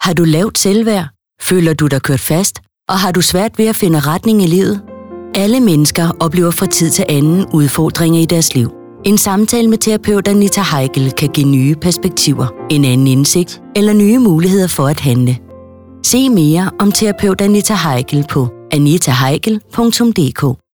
Har du lavt selvværd? Føler du dig kørt fast? Og har du svært ved at finde retning i livet? Alle mennesker oplever fra tid til anden udfordringer i deres liv. En samtale med terapeut Anita Heikel kan give nye perspektiver, en anden indsigt eller nye muligheder for at handle. Se mere om terapeut Anita Heikel på anitaheikel.dk.